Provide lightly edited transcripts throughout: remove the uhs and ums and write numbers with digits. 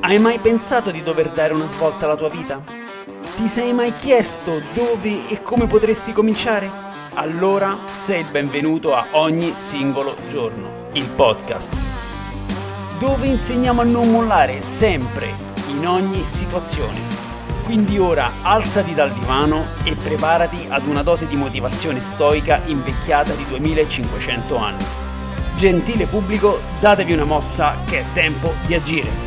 Hai mai pensato di dover dare una svolta alla tua vita? Ti sei mai chiesto dove e come potresti cominciare? Allora sei il benvenuto a Ogni Singolo Giorno, il podcast, dove insegniamo a non mollare sempre, in ogni situazione. Quindi ora alzati dal divano e preparati ad una dose di motivazione stoica invecchiata di 2500 anni. Gentile pubblico, datevi una mossa che è tempo di agire.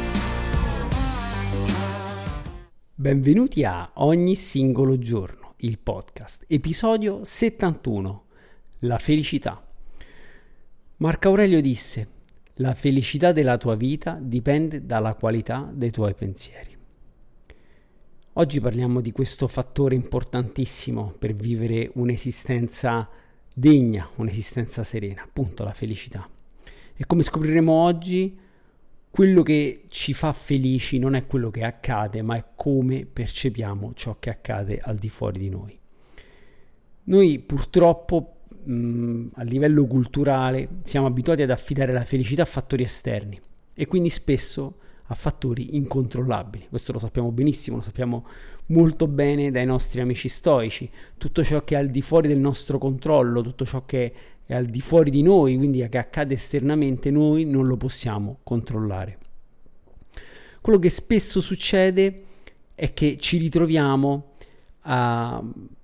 Benvenuti a Ogni Singolo Giorno, il podcast, episodio 71, la felicità. Marco Aurelio disse: la felicità della tua vita dipende dalla qualità dei tuoi pensieri. Oggi parliamo di questo fattore importantissimo per vivere un'esistenza degna, un'esistenza serena, appunto la felicità. E come scopriremo oggi, quello che ci fa felici non è quello che accade, ma è come percepiamo ciò che accade al di fuori di noi. Noi purtroppo a livello culturale siamo abituati ad affidare la felicità a fattori esterni e quindi spesso a fattori incontrollabili. Questo lo sappiamo benissimo, lo sappiamo molto bene dai nostri amici stoici. Tutto ciò che è al di fuori del nostro controllo, tutto ciò che è al di fuori di noi, quindi che accade esternamente, noi non lo possiamo controllare. Quello che spesso succede è che ci ritroviamo a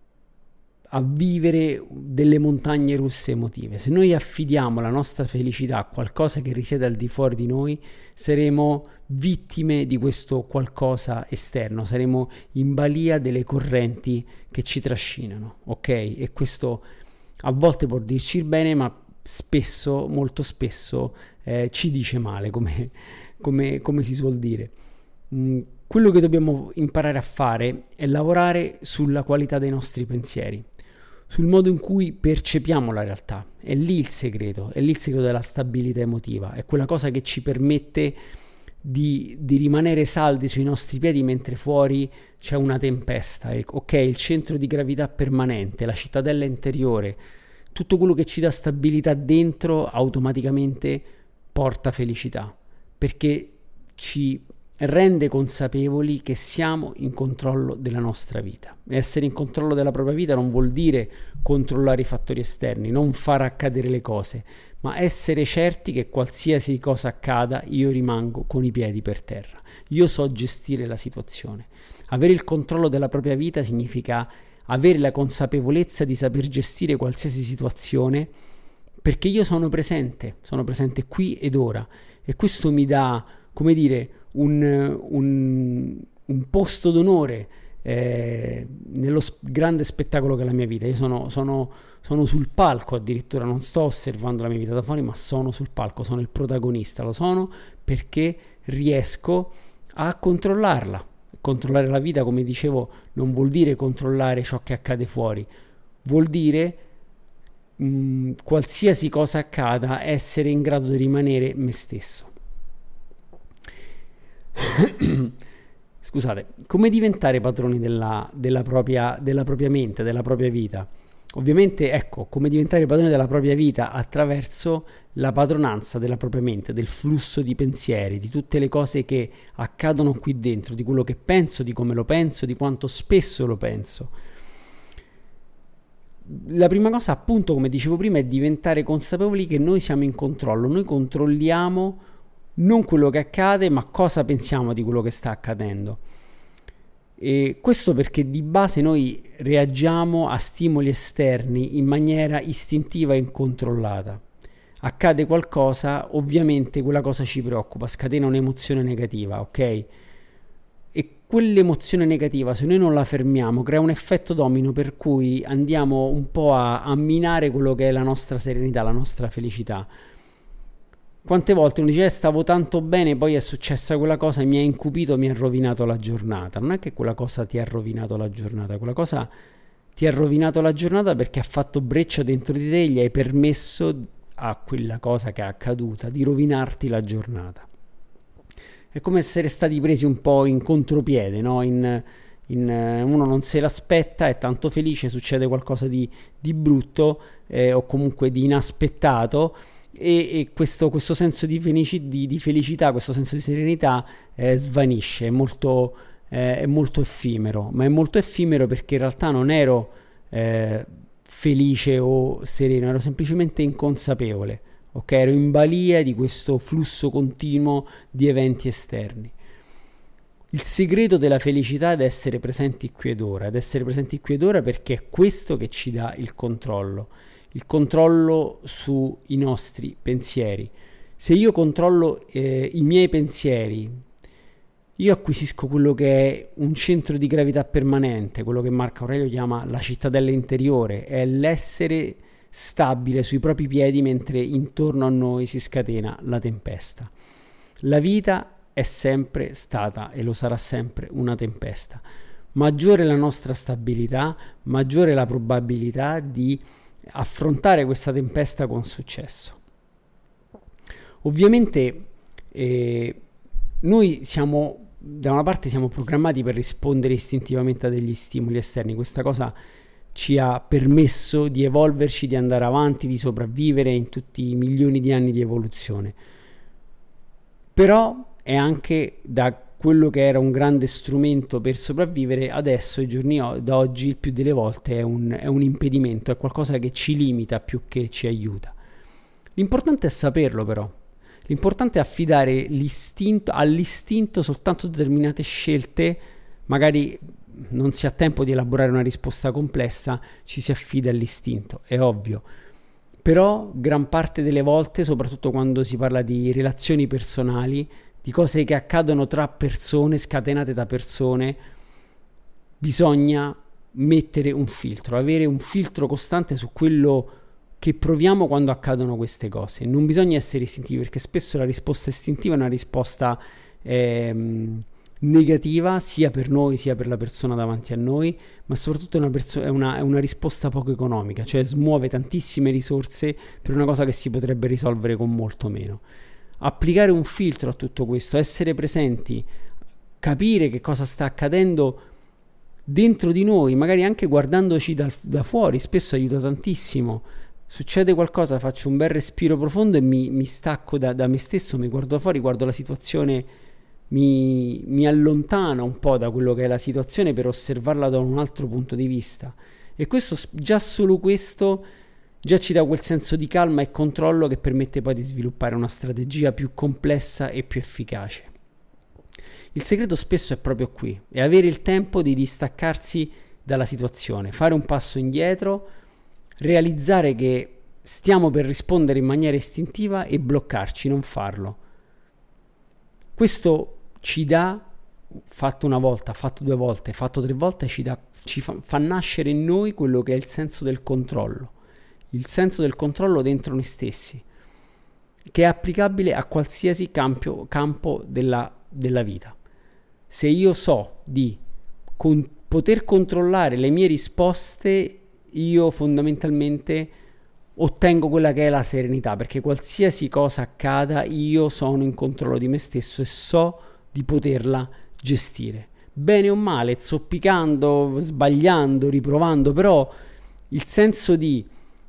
vivere delle montagne russe emotive. Se noi affidiamo la nostra felicità a qualcosa che risiede al di fuori di noi, saremo vittime di questo qualcosa esterno, saremo in balia delle correnti che ci trascinano, ok? E questo a volte può dirci bene, ma spesso, molto spesso, ci dice male, come si suol dire. Quello che dobbiamo imparare a fare è lavorare sulla qualità dei nostri pensieri, sul modo in cui percepiamo la realtà. È lì il segreto della stabilità emotiva, è quella cosa che ci permette di rimanere saldi sui nostri piedi mentre fuori c'è una tempesta. Ok, il centro di gravità permanente, la cittadella interiore, tutto quello che ci dà stabilità dentro automaticamente porta felicità, perché ci rende consapevoli che siamo in controllo della nostra vita. Essere in controllo della propria vita non vuol dire controllare i fattori esterni, non far accadere le cose, ma essere certi che qualsiasi cosa accada io rimango con i piedi per terra. Io so gestire la situazione. Avere il controllo della propria vita significa avere la consapevolezza di saper gestire qualsiasi situazione, perché io sono presente qui ed ora, e questo mi dà, come dire, un posto d'onore nello grande spettacolo che è la mia vita. Io sono sul palco, addirittura non sto osservando la mia vita da fuori, ma sono sul palco, sono il protagonista. Lo sono perché riesco a controllarla. Controllare la vita, come dicevo, non vuol dire controllare ciò che accade fuori, vuol dire qualsiasi cosa accada essere in grado di rimanere me stesso. Scusate, come diventare padroni della propria mente, della propria vita? Ovviamente, ecco, come diventare padroni della propria vita attraverso la padronanza della propria mente, del flusso di pensieri, di tutte le cose che accadono qui dentro, di quello che penso, di come lo penso, di quanto spesso lo penso. La prima cosa, appunto, come dicevo prima, è diventare consapevoli che noi siamo in controllo, noi controlliamo non quello che accade, ma cosa pensiamo di quello che sta accadendo. E questo perché di base noi reagiamo a stimoli esterni in maniera istintiva e incontrollata. Accade qualcosa, ovviamente quella cosa ci preoccupa, scatena un'emozione negativa, ok? E quell'emozione negativa, se noi non la fermiamo, crea un effetto domino per cui andiamo un po' a minare quello che è la nostra serenità, la nostra felicità. Quante volte uno dice stavo tanto bene, poi è successa quella cosa e mi ha incupito, mi ha rovinato la giornata. Non è che quella cosa ti ha rovinato la giornata, quella cosa ti ha rovinato la giornata perché ha fatto breccia dentro di te e gli hai permesso a quella cosa che è accaduta di rovinarti la giornata. È come essere stati presi un po' in contropiede, no? Uno non se l'aspetta, è tanto felice, succede qualcosa di brutto o comunque di inaspettato e questo senso di felicità, questo senso di serenità svanisce, è molto effimero, ma è molto effimero perché in realtà non ero felice o sereno, ero semplicemente inconsapevole, ok? Ero in balia di questo flusso continuo di eventi esterni. Il segreto della felicità è ad essere presenti qui ed ora, perché è questo che ci dà il controllo sui nostri pensieri. Se io controllo i miei pensieri, io acquisisco quello che è un centro di gravità permanente, quello che Marco Aurelio chiama la cittadella interiore, è l'essere stabile sui propri piedi mentre intorno a noi si scatena la tempesta. La vita è sempre stata e lo sarà sempre una tempesta. Maggiore la nostra stabilità, maggiore la probabilità di affrontare questa tempesta con successo. Ovviamente noi siamo, da una parte siamo programmati per rispondere istintivamente a degli stimoli esterni. Questa cosa ci ha permesso di evolverci, di andare avanti, di sopravvivere in tutti i milioni di anni di evoluzione. Però è anche da quello che era un grande strumento per sopravvivere, adesso, ai giorni d'oggi, il più delle volte è un impedimento, è qualcosa che ci limita più che ci aiuta. L'importante è saperlo, però. L'importante è affidare all'istinto soltanto determinate scelte, magari non si ha tempo di elaborare una risposta complessa, ci si affida all'istinto, è ovvio. Però gran parte delle volte, soprattutto quando si parla di relazioni personali, di cose che accadono tra persone, scatenate da persone, bisogna mettere un filtro, avere un filtro costante su quello che proviamo quando accadono queste cose. Non bisogna essere istintivi, perché spesso la risposta istintiva è una risposta negativa, sia per noi sia per la persona davanti a noi, ma soprattutto è una risposta poco economica, cioè smuove tantissime risorse per una cosa che si potrebbe risolvere con molto meno. Applicare un filtro a tutto questo, essere presenti, capire che cosa sta accadendo dentro di noi, magari anche guardandoci da fuori, spesso aiuta tantissimo. Succede qualcosa, faccio un bel respiro profondo e mi stacco da me stesso, mi guardo fuori, guardo la situazione, mi allontano un po' da quello che è la situazione per osservarla da un altro punto di vista. E questo, già solo questo, già ci dà quel senso di calma e controllo che permette poi di sviluppare una strategia più complessa e più efficace. Il segreto spesso è proprio qui, è avere il tempo di distaccarsi dalla situazione, fare un passo indietro, realizzare che stiamo per rispondere in maniera istintiva e bloccarci, non farlo. Questo ci dà, fatto una volta, fatto 2 volte, fatto 3 volte, fa nascere in noi quello che è il senso del controllo dentro noi stessi, che è applicabile a qualsiasi campo della vita. Se io so di poter controllare le mie risposte, io fondamentalmente ottengo quella che è la serenità, perché qualsiasi cosa accada io sono in controllo di me stesso e so di poterla gestire, bene o male, zoppicando, sbagliando, riprovando, però il senso di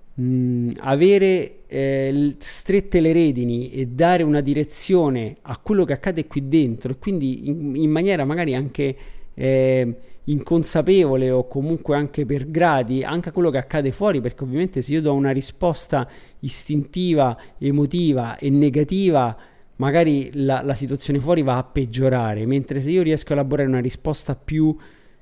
avere strette le redini e dare una direzione a quello che accade qui dentro, e quindi in maniera magari anche inconsapevole o comunque anche per gradi anche a quello che accade fuori, perché ovviamente se io do una risposta istintiva, emotiva e negativa, magari la situazione fuori va a peggiorare, mentre se io riesco a elaborare una risposta più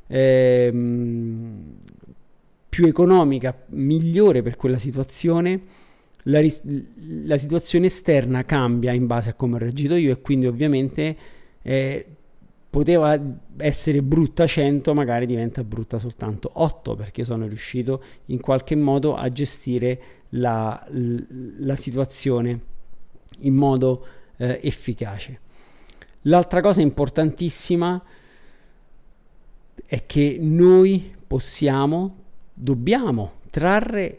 economica, migliore per quella situazione, la situazione esterna cambia in base a come ho reagito io, e quindi ovviamente poteva essere brutta 100, magari diventa brutta soltanto 8, perché sono riuscito in qualche modo a gestire la situazione in modo efficace. L'altra cosa importantissima è che noi dobbiamo trarre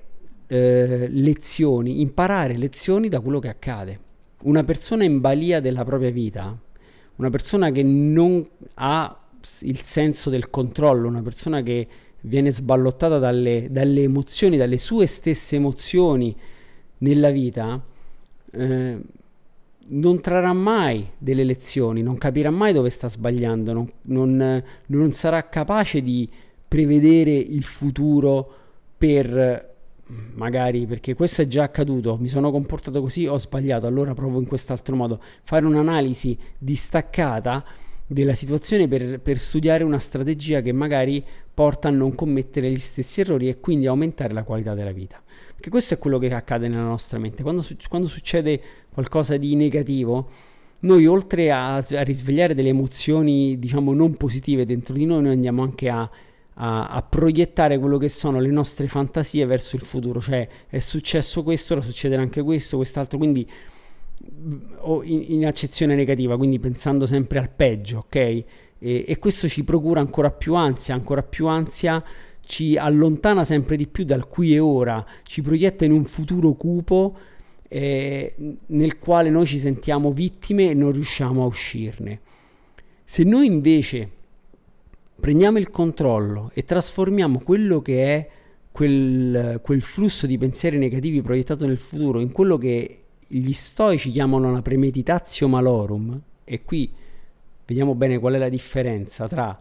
imparare lezioni da quello che accade. Una persona in balia della propria vita, una persona che non ha il senso del controllo, una persona che viene sballottata dalle emozioni, dalle sue stesse emozioni nella vita, non trarrà mai delle lezioni, non capirà mai dove sta sbagliando, non sarà capace di prevedere il futuro per magari perché questo è già accaduto, mi sono comportato così, ho sbagliato, allora provo in quest'altro modo. Fare un'analisi distaccata della situazione per studiare una strategia che magari porta a non commettere gli stessi errori e quindi aumentare la qualità della vita. Perché questo è quello che accade nella nostra mente. Quando succede qualcosa di negativo, noi oltre a risvegliare delle emozioni, diciamo, non positive dentro di noi andiamo anche a proiettare quello che sono le nostre fantasie verso il futuro, cioè è successo questo, ora succederà anche questo, quest'altro, quindi o in accezione negativa, quindi pensando sempre al peggio, ok? E questo ci procura ancora più ansia ci allontana sempre di più dal qui e ora, ci proietta in un futuro cupo nel quale noi ci sentiamo vittime e non riusciamo a uscirne. Se noi invece prendiamo il controllo e trasformiamo quello che è quel flusso di pensieri negativi proiettato nel futuro in quello che gli stoici chiamano la premeditatio malorum, e qui vediamo bene qual è la differenza tra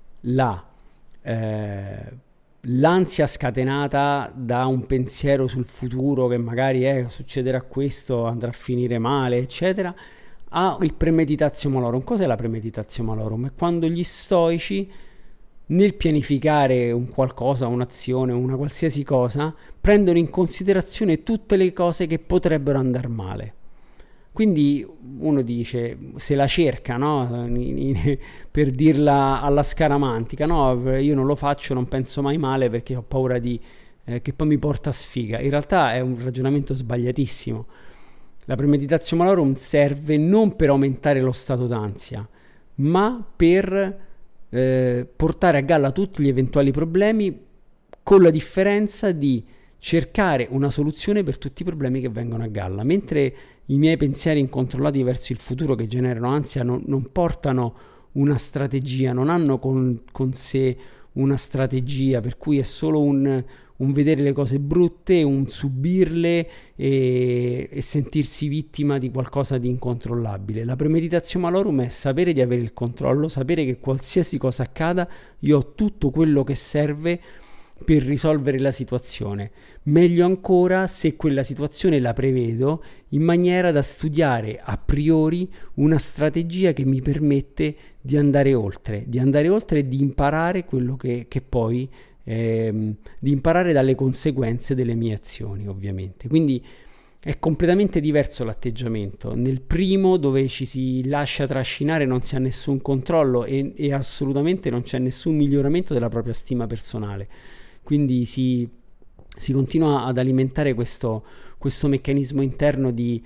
l'ansia scatenata da un pensiero sul futuro che magari succederà questo, andrà a finire male, eccetera, a il premeditatio malorum. Cos'è la premeditatio malorum? È quando gli stoici, nel pianificare un qualcosa, un'azione, una qualsiasi cosa, prendono in considerazione tutte le cose che potrebbero andare male. Quindi uno dice, se la cerca, no? Per dirla alla scaramantica, no? Io non lo faccio, non penso mai male perché ho paura che poi mi porta a sfiga. In realtà è un ragionamento sbagliatissimo. La premeditatio malorum serve non per aumentare lo stato d'ansia, ma per portare a galla tutti gli eventuali problemi, con la differenza di cercare una soluzione per tutti i problemi che vengono a galla, mentre i miei pensieri incontrollati verso il futuro che generano ansia non portano una strategia, non hanno con sé una strategia, per cui è solo un vedere le cose brutte, un subirle e sentirsi vittima di qualcosa di incontrollabile. La premeditatio malorum è sapere di avere il controllo, sapere che qualsiasi cosa accada io ho tutto quello che serve per risolvere la situazione. Meglio ancora se quella situazione la prevedo in maniera da studiare a priori una strategia che mi permette di andare oltre e di imparare quello che poi di imparare dalle conseguenze delle mie azioni, ovviamente. Quindi è completamente diverso l'atteggiamento. Nel primo, dove ci si lascia trascinare, non si ha nessun controllo e assolutamente non c'è nessun miglioramento della propria stima personale. Quindi si continua ad alimentare questo meccanismo interno di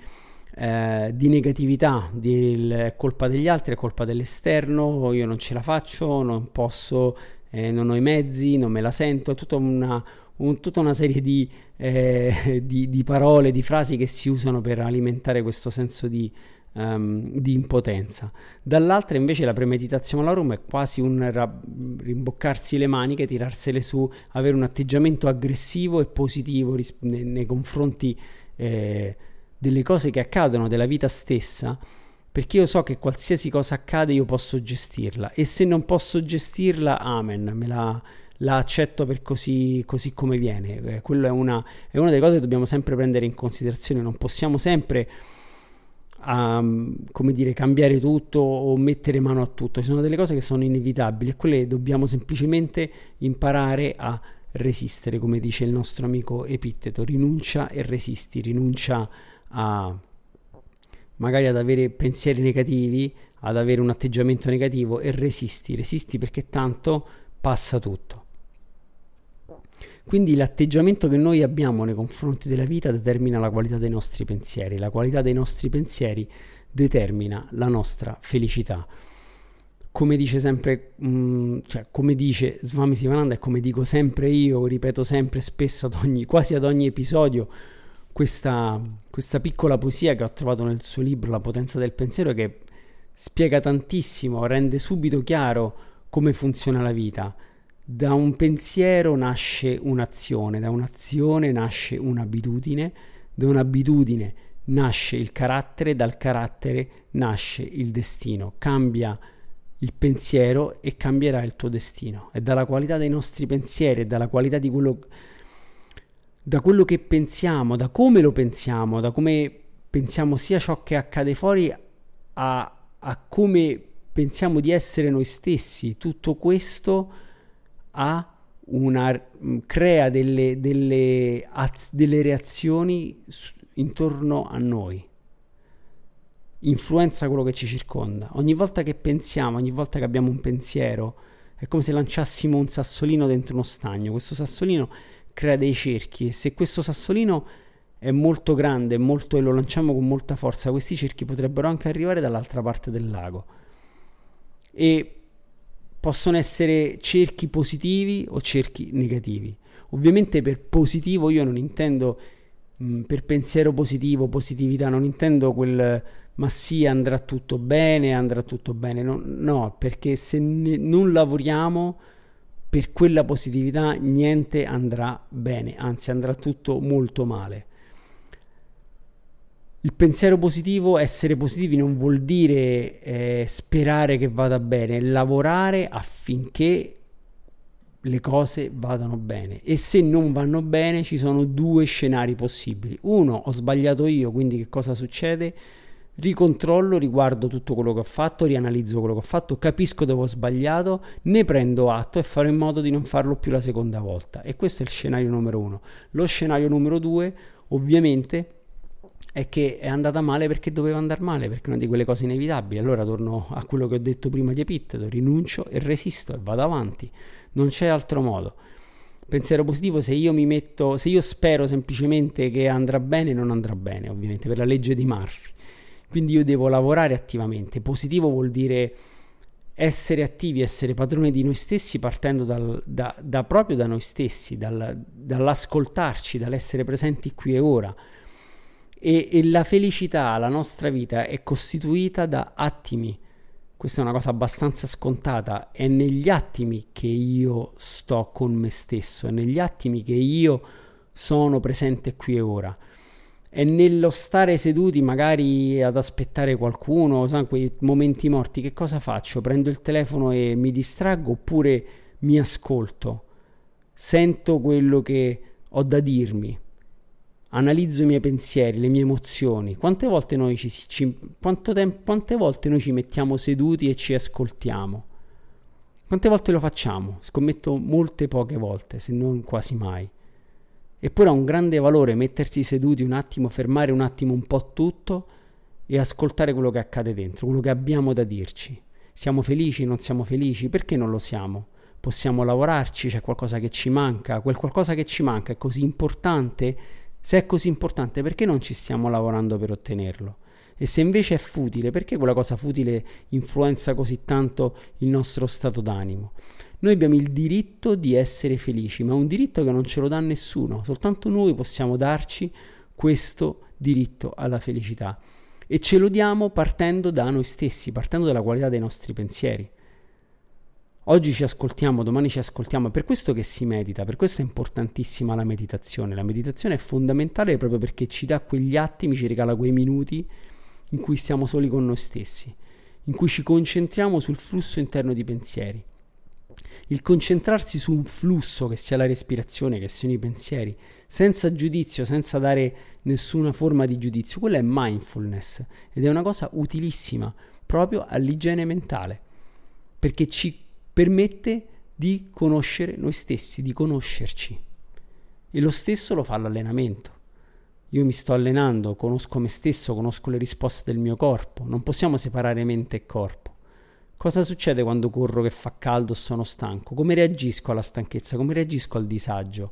negatività, è colpa degli altri, è colpa dell'esterno, io non ce la faccio, non posso, non ho i mezzi, non me la sento, è tutta una serie di parole, di frasi che si usano per alimentare questo senso di impotenza. Dall'altra invece la premeditatio malorum è quasi un rimboccarsi le maniche, tirarsele su, avere un atteggiamento aggressivo e positivo nei confronti delle cose che accadono, della vita stessa, perché io so che qualsiasi cosa accade io posso gestirla, e se non posso gestirla, amen, la accetto per così come viene. Quello è una delle cose che dobbiamo sempre prendere in considerazione. Non possiamo sempre come dire, cambiare tutto o mettere mano a tutto. Ci sono delle cose che sono inevitabili e quelle dobbiamo semplicemente imparare a resistere, come dice il nostro amico Epitteto: rinuncia e resisti, rinuncia magari ad avere pensieri negativi, ad avere un atteggiamento negativo, e resisti perché tanto passa tutto. Quindi l'atteggiamento che noi abbiamo nei confronti della vita determina la qualità dei nostri pensieri, la qualità dei nostri pensieri determina la nostra felicità. Come dice sempre, come dice Swami Sivananda e come dico sempre io, ripeto sempre spesso quasi ad ogni episodio, questa piccola poesia che ho trovato nel suo libro La potenza del pensiero, che spiega tantissimo, rende subito chiaro come funziona la vita. Da un pensiero nasce un'azione, da un'azione nasce un'abitudine, da un'abitudine nasce il carattere, dal carattere nasce il destino. Cambia il pensiero e cambierà il tuo destino. È dalla qualità dei nostri pensieri, è dalla qualità di da quello che pensiamo, da come lo pensiamo, da come pensiamo sia ciò che accade fuori a come pensiamo di essere noi stessi. Tutto questo crea delle reazioni intorno a noi, influenza quello che ci circonda. Ogni volta che pensiamo, ogni volta che abbiamo un pensiero, è come se lanciassimo un sassolino dentro uno stagno. Questo sassolino crea dei cerchi, e se questo sassolino è molto grande e lo lanciamo con molta forza, questi cerchi potrebbero anche arrivare dall'altra parte del lago, e possono essere cerchi positivi o cerchi negativi. Ovviamente per positivo io non intendo per pensiero positivo, positività, non intendo quel ma sì, andrà tutto bene, no, perché se non lavoriamo per quella positività niente andrà bene, anzi andrà tutto molto male. Il pensiero positivo, essere positivi, non vuol dire sperare che vada bene, è lavorare affinché le cose vadano bene. E se non vanno bene ci sono due scenari possibili. Uno, ho sbagliato io, quindi che cosa succede? Ricontrollo, riguardo tutto quello che ho fatto, rianalizzo quello che ho fatto, capisco dove ho sbagliato, ne prendo atto e farò in modo di non farlo più la seconda volta. E questo è il scenario numero uno. Lo scenario numero due, ovviamente, è che è andata male perché doveva andare male, perché è una di quelle cose inevitabili. Allora torno a quello che ho detto prima di Epitteto: rinuncio e resisto e vado avanti, non c'è altro modo. Pensiero positivo, se io spero semplicemente che andrà bene, non andrà bene, ovviamente, per la legge di Murphy. Quindi io devo lavorare attivamente. Positivo vuol dire essere attivi, essere padroni di noi stessi, partendo proprio da noi stessi, dall'ascoltarci, dall'essere presenti qui e ora. E la felicità, la nostra vita è costituita da attimi. Questa è una cosa abbastanza scontata. È negli attimi che io sto con me stesso, è negli attimi che io sono presente qui e ora. È nello stare seduti magari ad aspettare qualcuno, sai, quei momenti morti, che cosa faccio? Prendo il telefono e mi distraggo, oppure mi ascolto, sento quello che ho da dirmi, analizzo i miei pensieri, le mie emozioni. Quante volte noi quante volte noi ci mettiamo seduti e ci ascoltiamo? Quante volte lo facciamo? Scommetto molte poche volte, se non quasi mai. Eppure ha un grande valore mettersi seduti un attimo, fermare un attimo un po' tutto e ascoltare quello che accade dentro, quello che abbiamo da dirci. Siamo felici, non siamo felici? Perché non lo siamo? Possiamo lavorarci? C'è qualcosa che ci manca? Quel qualcosa che ci manca è così importante? Se è così importante, perché non ci stiamo lavorando per ottenerlo? E se invece è futile, perché quella cosa futile influenza così tanto il nostro stato d'animo? Noi abbiamo il diritto di essere felici, ma è un diritto che non ce lo dà nessuno, soltanto noi possiamo darci questo diritto alla felicità, e ce lo diamo partendo da noi stessi, partendo dalla qualità dei nostri pensieri. Oggi ci ascoltiamo, domani ci ascoltiamo, è per questo che si medita, per questo è importantissima la meditazione. La meditazione è fondamentale proprio perché ci dà quegli attimi, ci regala quei minuti in cui stiamo soli con noi stessi, in cui ci concentriamo sul flusso interno di pensieri. Il concentrarsi su un flusso, che sia la respirazione, che siano i pensieri, senza giudizio, senza dare nessuna forma di giudizio, quella è mindfulness, ed è una cosa utilissima proprio all'igiene mentale, perché ci permette di conoscere noi stessi, di conoscerci. E lo stesso lo fa l'allenamento. Io mi sto allenando, conosco me stesso, conosco le risposte del mio corpo. Non possiamo separare mente e corpo. Cosa succede quando corro che fa caldo o sono stanco? Come reagisco alla stanchezza? Come reagisco al disagio?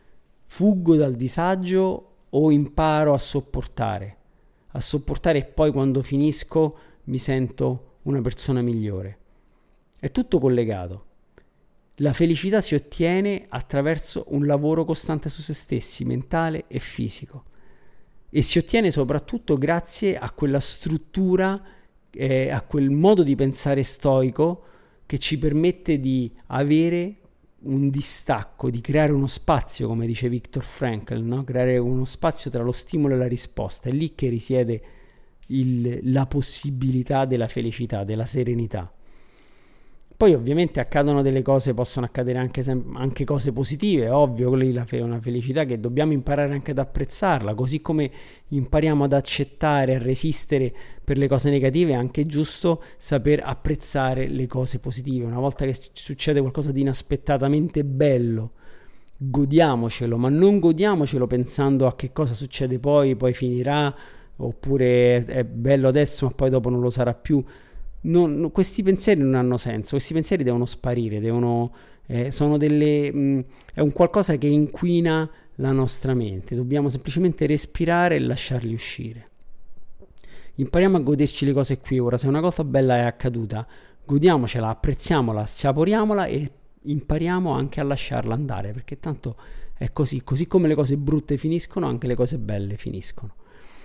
Fuggo dal disagio o imparo a sopportare? A sopportare, e poi quando finisco mi sento una persona migliore. È tutto collegato. La felicità si ottiene attraverso un lavoro costante su se stessi, mentale e fisico. E si ottiene soprattutto grazie a quella struttura, a quel modo di pensare stoico che ci permette di avere un distacco, di creare uno spazio, come dice Viktor Frankl, no? Creare uno spazio tra lo stimolo e la risposta. È lì che risiede la possibilità della felicità, della serenità. Poi ovviamente accadono delle cose, possono accadere anche cose positive, ovvio, quella è una felicità che dobbiamo imparare anche ad apprezzarla, così come impariamo ad accettare, a resistere per le cose negative, è anche giusto saper apprezzare le cose positive. Una volta che succede qualcosa di inaspettatamente bello, godiamocelo, ma non godiamocelo pensando a che cosa succede poi finirà, oppure è bello adesso ma poi dopo non lo sarà più. Questi pensieri non hanno senso, questi pensieri devono sparire, sono è un qualcosa che inquina la nostra mente, dobbiamo semplicemente respirare e lasciarli uscire. Impariamo a goderci le cose qui ora, se una cosa bella è accaduta, godiamocela, apprezziamola, assaporiamola e impariamo anche a lasciarla andare, perché tanto è così come le cose brutte finiscono, anche le cose belle finiscono.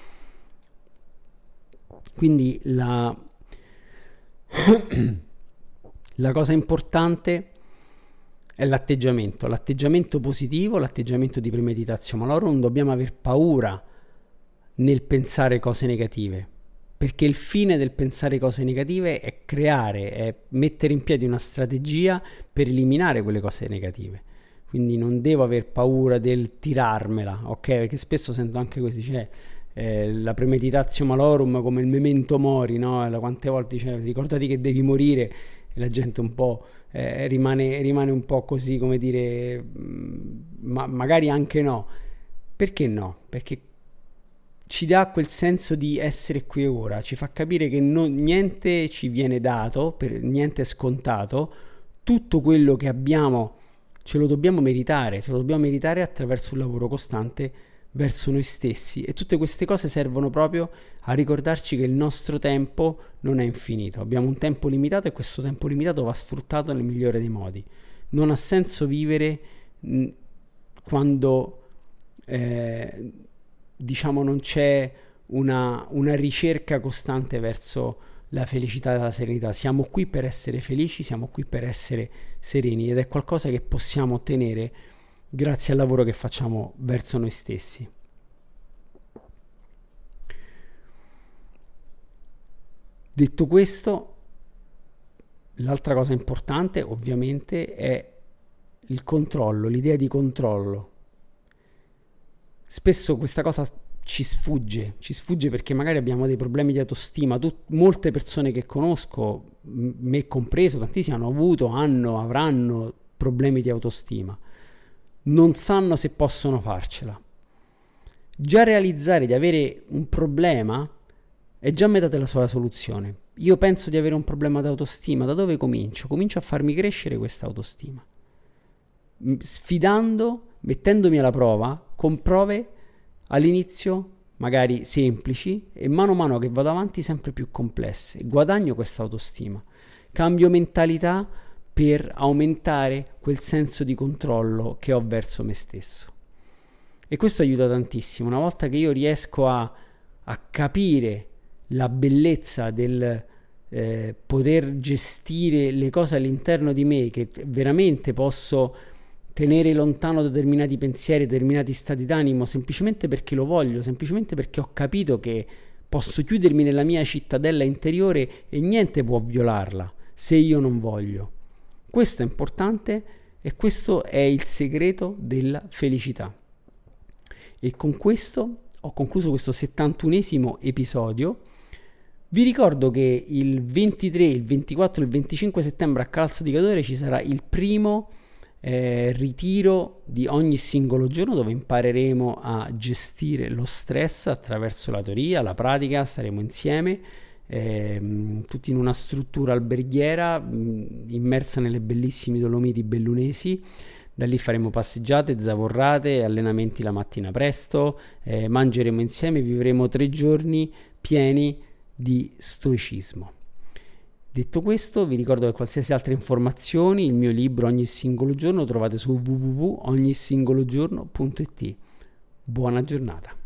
Quindi la cosa importante è l'atteggiamento positivo, l'atteggiamento di premeditazione. Ma allora non dobbiamo aver paura nel pensare cose negative, perché il fine del pensare cose negative è mettere in piedi una strategia per eliminare quelle cose negative. Quindi non devo aver paura del tirarmela, ok? Perché spesso sento anche così, la premeditatio malorum come il memento mori, no? Quante volte ricordati che devi morire, e la gente un po' rimane un po' così, come dire, ma magari anche no. Perché no? Perché ci dà quel senso di essere qui e ora, ci fa capire che niente ci viene dato, niente è scontato, tutto quello che abbiamo ce lo dobbiamo meritare attraverso un lavoro costante verso noi stessi, e tutte queste cose servono proprio a ricordarci che il nostro tempo non è infinito, abbiamo un tempo limitato e questo tempo limitato va sfruttato nel migliore dei modi. Non ha senso vivere quando non c'è una ricerca costante verso la felicità e la serenità. Siamo qui per essere felici, siamo qui per essere sereni, ed è qualcosa che possiamo ottenere grazie al lavoro che facciamo verso noi stessi. Detto questo, l'altra cosa importante ovviamente è il controllo, l'idea di controllo. Spesso questa cosa ci sfugge perché magari abbiamo dei problemi di autostima. Molte persone che conosco, me compreso, tantissimi avranno problemi di autostima. Non sanno se possono farcela. Già realizzare di avere un problema è già metà della sua soluzione. Io penso di avere un problema di autostima, da dove comincio? Comincio a farmi crescere questa autostima, sfidando, mettendomi alla prova, con prove all'inizio magari semplici, e mano a mano che vado avanti sempre più complesse, guadagno questa autostima, cambio mentalità per aumentare quel senso di controllo che ho verso me stesso. E questo aiuta tantissimo. Una volta che io riesco a capire la bellezza del poter gestire le cose all'interno di me, che veramente posso tenere lontano determinati pensieri, determinati stati d'animo, semplicemente perché lo voglio, semplicemente perché ho capito che posso chiudermi nella mia cittadella interiore e niente può violarla se io non voglio. Questo è importante e questo è il segreto della felicità. E con questo ho concluso questo 71esimo episodio. Vi ricordo che il 23, il 24 e il 25 settembre a Calzo di Cadore ci sarà il primo ritiro di ogni singolo giorno, dove impareremo a gestire lo stress attraverso la teoria, la pratica. Staremo insieme tutti in una struttura alberghiera immersa nelle bellissime Dolomiti bellunesi. Da lì faremo passeggiate, zavorrate, allenamenti la mattina presto, mangeremo insieme, vivremo 3 giorni pieni di stoicismo. Detto questo, vi ricordo che qualsiasi altra informazione, il mio libro Ogni Singolo Giorno, trovate su www.ognisingologiorno.it. Buona giornata.